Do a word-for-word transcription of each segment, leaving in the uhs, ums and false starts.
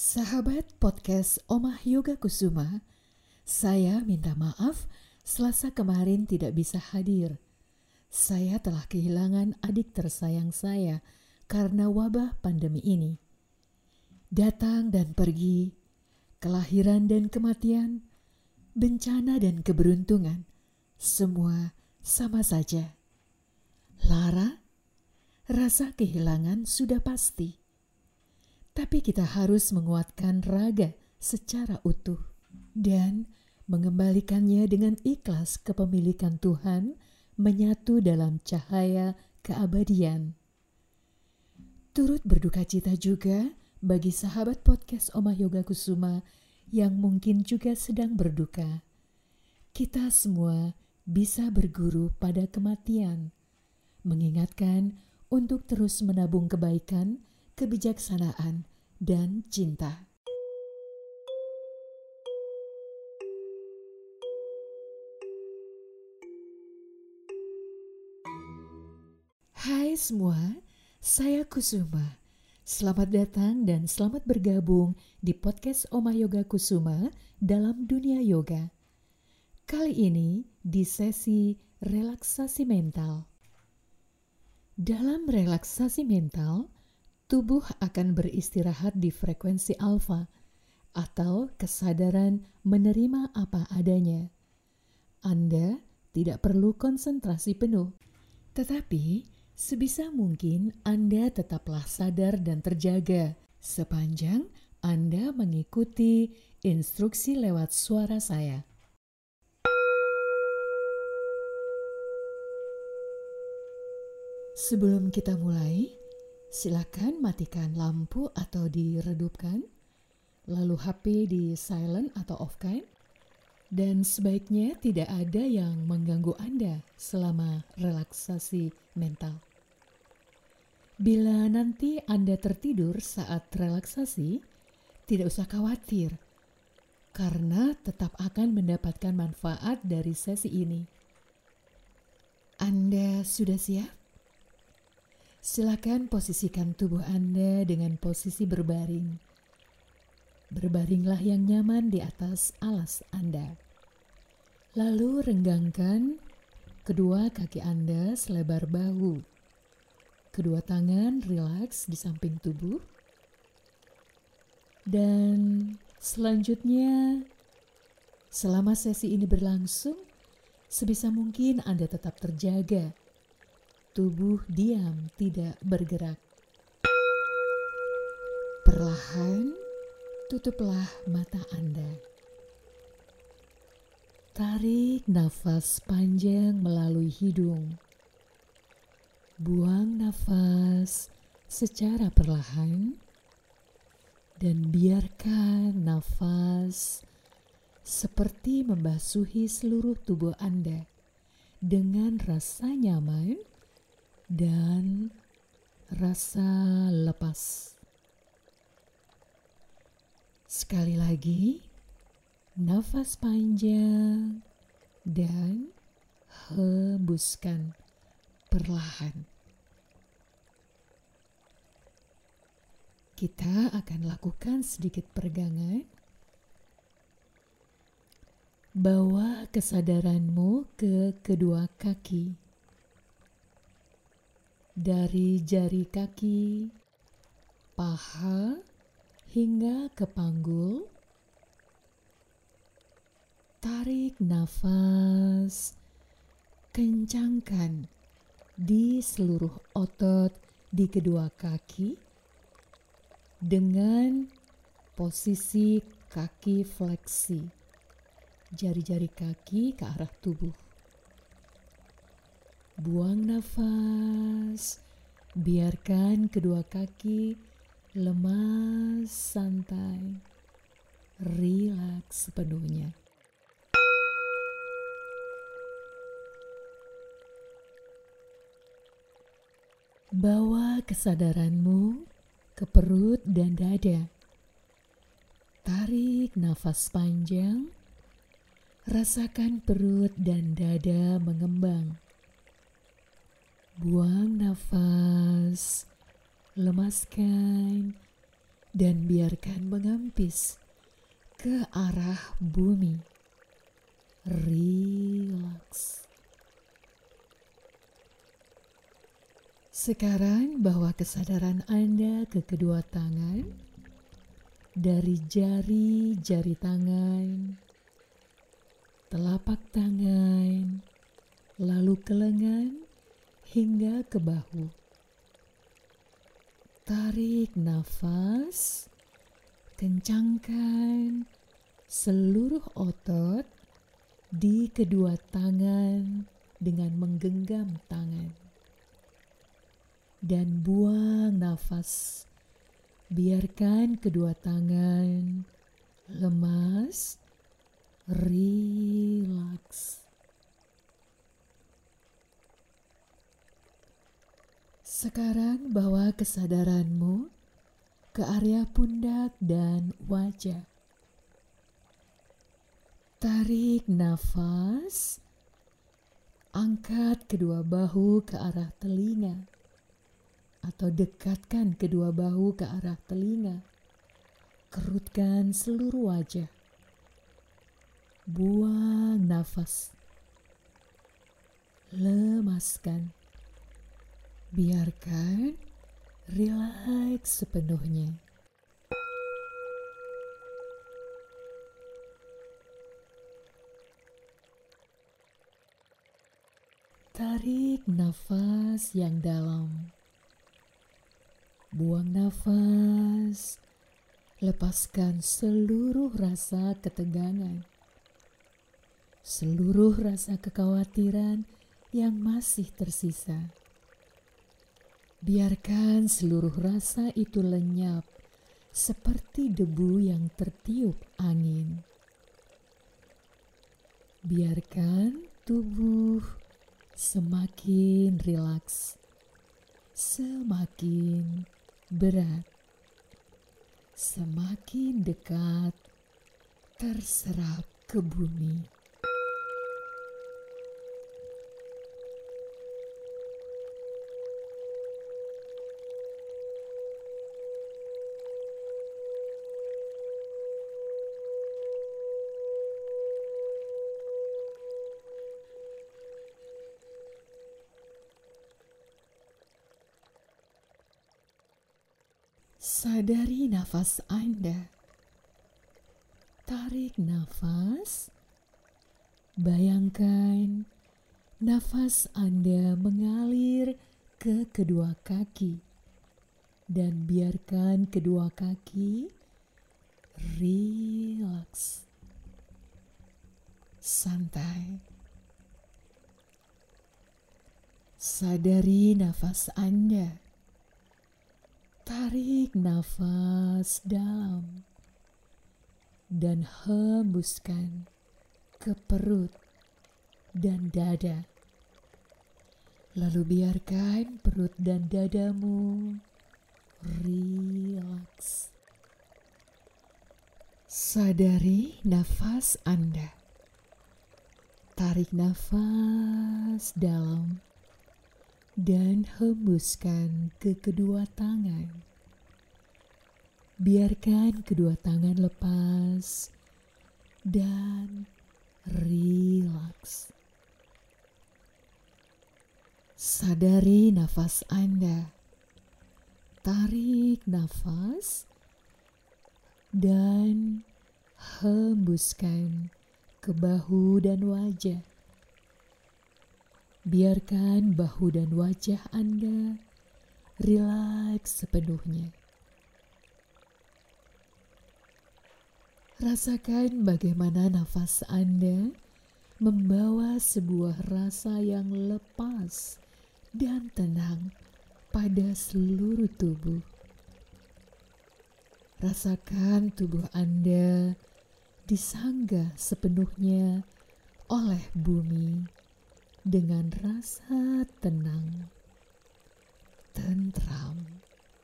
Sahabat podcast Omah Yoga Kusuma, saya minta maaf Selasa kemarin tidak bisa hadir. Saya telah kehilangan adik tersayang saya karena wabah pandemi ini. Datang dan pergi, kelahiran dan kematian, bencana dan keberuntungan, semua sama saja. Lara, rasa kehilangan sudah pasti. Tapi kita harus menguatkan raga secara utuh dan mengembalikannya dengan ikhlas kepemilikan Tuhan menyatu dalam cahaya keabadian. Turut berduka cita juga bagi sahabat podcast Omah Yoga Kusuma yang mungkin juga sedang berduka. Kita semua bisa berguru pada kematian, mengingatkan untuk terus menabung kebaikan, kebijaksanaan, dan cinta. Hai semua, saya Kusuma. Selamat datang dan selamat bergabung di podcast Omah Yoga Kusuma dalam dunia yoga. Kali ini di sesi relaksasi mental. Dalam relaksasi mental, tubuh akan beristirahat di frekuensi alfa atau kesadaran menerima apa adanya. Anda tidak perlu konsentrasi penuh, tetapi sebisa mungkin Anda tetaplah sadar dan terjaga sepanjang Anda mengikuti instruksi lewat suara saya. Sebelum kita mulai, silakan matikan lampu atau diredupkan, lalu H P di silent atau off-kan, dan sebaiknya tidak ada yang mengganggu Anda selama relaksasi mental. Bila nanti Anda tertidur saat relaksasi, tidak usah khawatir, karena tetap akan mendapatkan manfaat dari sesi ini. Anda sudah siap? Silakan posisikan tubuh Anda dengan posisi berbaring. Berbaringlah yang nyaman di atas alas Anda. Lalu renggangkan kedua kaki Anda selebar bahu. Kedua tangan rileks di samping tubuh. Dan selanjutnya, selama sesi ini berlangsung, sebisa mungkin Anda tetap terjaga. Tubuh diam, tidak bergerak. Perlahan, tutuplah mata Anda. Tarik nafas panjang melalui hidung. Buang nafas secara perlahan dan biarkan nafas seperti membasuhi seluruh tubuh Anda dengan rasa nyaman dan rasa lepas. Sekali lagi, nafas panjang dan hembuskan perlahan. Kita akan lakukan sedikit peregangan. Bawa kesadaranmu ke kedua kaki. Dari jari kaki, paha, hingga ke panggul. Tarik nafas, kencangkan di seluruh otot di kedua kaki dengan posisi kaki fleksi, jari-jari kaki ke arah tubuh. Buang nafas, biarkan kedua kaki lemas, santai, rileks sepenuhnya. Bawa kesadaranmu ke perut dan dada. Tarik nafas panjang, rasakan perut dan dada mengembang. Buang nafas, lemaskan, dan biarkan mengampis ke arah bumi. Rilaks. Sekarang bawa kesadaran Anda ke kedua tangan, dari jari-jari tangan, telapak tangan, lalu ke lengan hingga ke bahu. Tarik nafas, kencangkan seluruh otot di kedua tangan dengan menggenggam tangan. Dan buang nafas, biarkan kedua tangan lemas, rilaks. Sekarang bawa kesadaranmu ke area pundak dan wajah. Tarik nafas, angkat kedua bahu ke arah telinga, atau dekatkan kedua bahu ke arah telinga. Kerutkan seluruh wajah. Buang nafas. Lemaskan. Biarkan rileks sepenuhnya. Tarik nafas yang dalam. Buang nafas. Lepaskan seluruh rasa ketegangan, seluruh rasa kekhawatiran yang masih tersisa. Biarkan seluruh rasa itu lenyap seperti debu yang tertiup angin. Biarkan tubuh semakin rileks, semakin berat, semakin dekat terserap ke bumi. Sadari nafas Anda. Tarik nafas. Bayangkan nafas Anda mengalir ke kedua kaki. Dan biarkan kedua kaki rileks, santai. Sadari nafas Anda. Tarik nafas dalam dan hembuskan ke perut dan dada. Lalu biarkan perut dan dadamu rileks. Sadari nafas Anda. Tarik nafas dalam dan hembuskan ke kedua tangan. Biarkan kedua tangan lepas dan rileks. Sadari nafas Anda. Tarik nafas dan hembuskan ke bahu dan wajah. Biarkan bahu dan wajah Anda rileks sepenuhnya. Rasakan bagaimana nafas Anda membawa sebuah rasa yang lepas dan tenang pada seluruh tubuh. Rasakan tubuh Anda disanggah sepenuhnya oleh bumi dengan rasa tenang, tentram.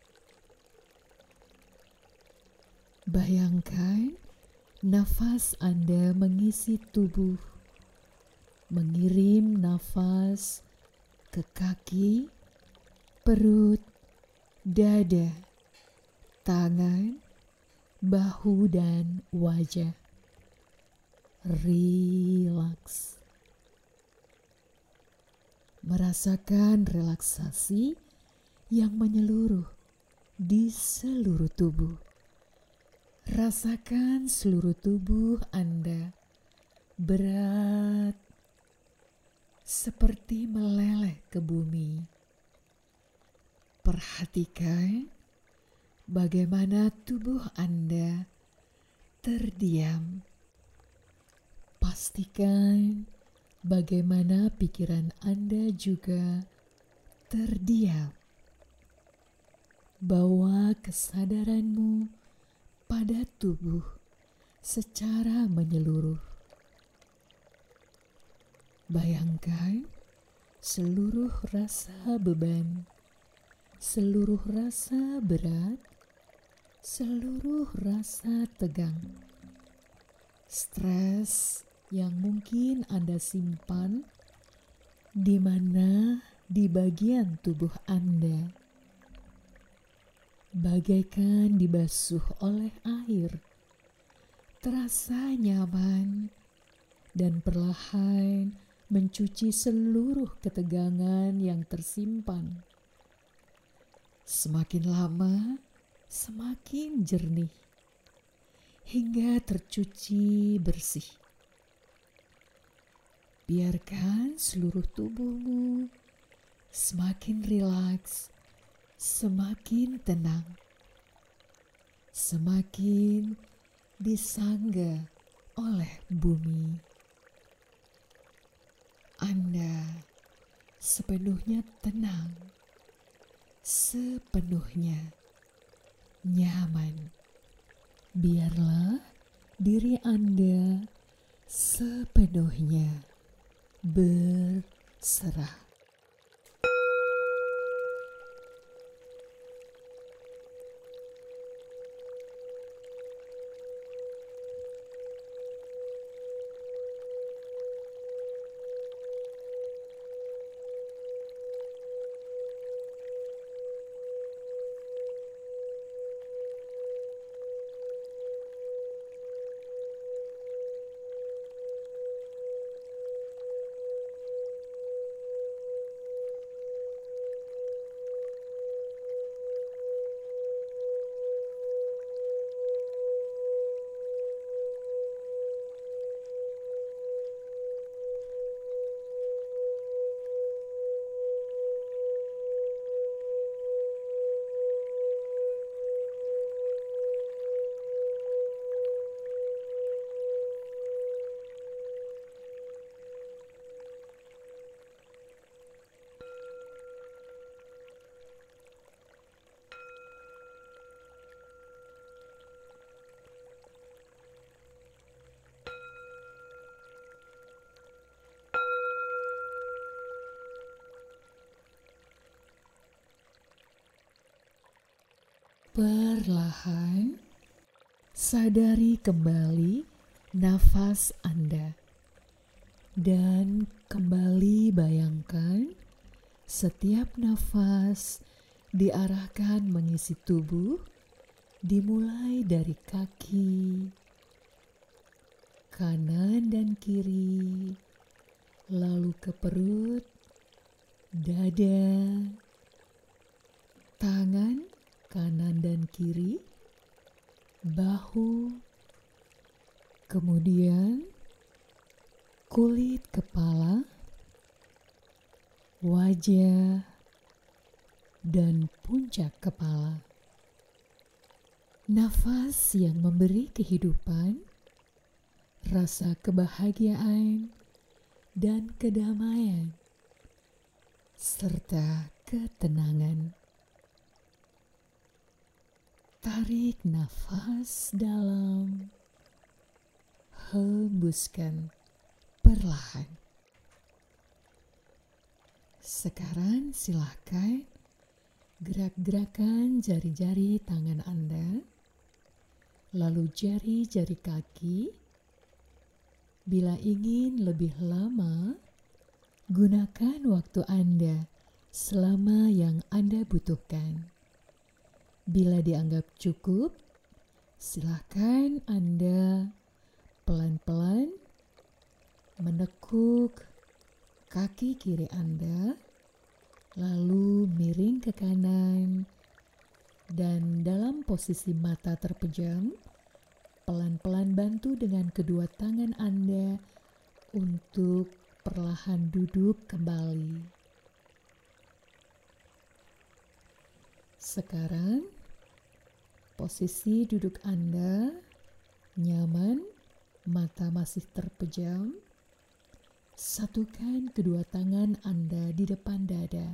Bayangkan nafas Anda mengisi tubuh, mengirim nafas ke kaki, perut, dada, tangan, bahu dan wajah. Rilaks. Merasakan relaksasi yang menyeluruh di seluruh tubuh. Rasakan seluruh tubuh Anda berat seperti meleleh ke bumi. Perhatikan bagaimana tubuh Anda terdiam. Pastikan bagaimana pikiran Anda juga terdiam. Bawa kesadaranmu pada tubuh secara menyeluruh. Bayangkan seluruh rasa beban, seluruh rasa berat, seluruh rasa tegang, stres yang mungkin Anda simpan di mana di bagian tubuh Anda, bagaikan dibasuh oleh air, terasa nyaman dan perlahan mencuci seluruh ketegangan yang tersimpan. Semakin lama, semakin jernih, hingga tercuci bersih. Biarkan seluruh tubuhmu semakin rilaks, semakin tenang, semakin disangga oleh bumi. Anda sepenuhnya tenang, sepenuhnya nyaman. Biarlah diri Anda sepenuhnya berserah. Perlahan, sadari kembali nafas Anda dan kembali bayangkan setiap nafas diarahkan mengisi tubuh, dimulai dari kaki, kanan dan kiri, lalu ke perut, dada, tangan, kanan dan kiri, bahu, kemudian kulit kepala, wajah, dan puncak kepala. Nafas yang memberi kehidupan, rasa kebahagiaan, dan kedamaian, serta ketenangan. Tarik nafas dalam, hembuskan perlahan. Sekarang silakan gerak-gerakan jari-jari tangan Anda, lalu jari-jari kaki. Bila ingin lebih lama, gunakan waktu Anda selama yang Anda butuhkan. Bila dianggap cukup, Silakan Anda pelan-pelan menekuk kaki kiri Anda, lalu miring ke kanan, dan dalam posisi mata terpejam, pelan-pelan bantu dengan kedua tangan Anda untuk perlahan duduk kembali. Sekarang, posisi duduk Anda nyaman, mata masih terpejam. Satukan kedua tangan Anda di depan dada.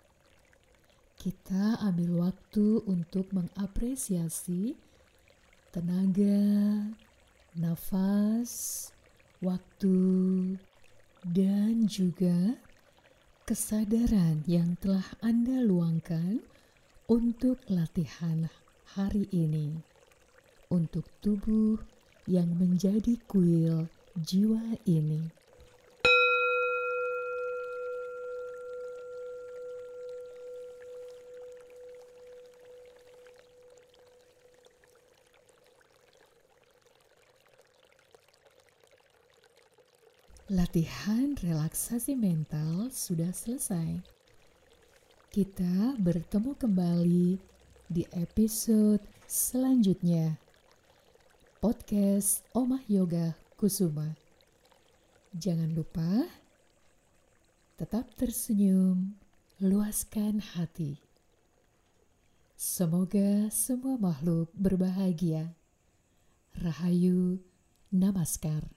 Kita ambil waktu untuk mengapresiasi tenaga, nafas, waktu, dan juga kesadaran yang telah Anda luangkan untuk latihan hari ini, untuk tubuh yang menjadi kuil jiwa ini. Latihan relaksasi mental sudah selesai. Kita bertemu kembali di episode selanjutnya. Podcast Omah Yoga Kusuma. Jangan lupa tetap tersenyum, luaskan hati. Semoga semua makhluk berbahagia. Rahayu, Namaskar.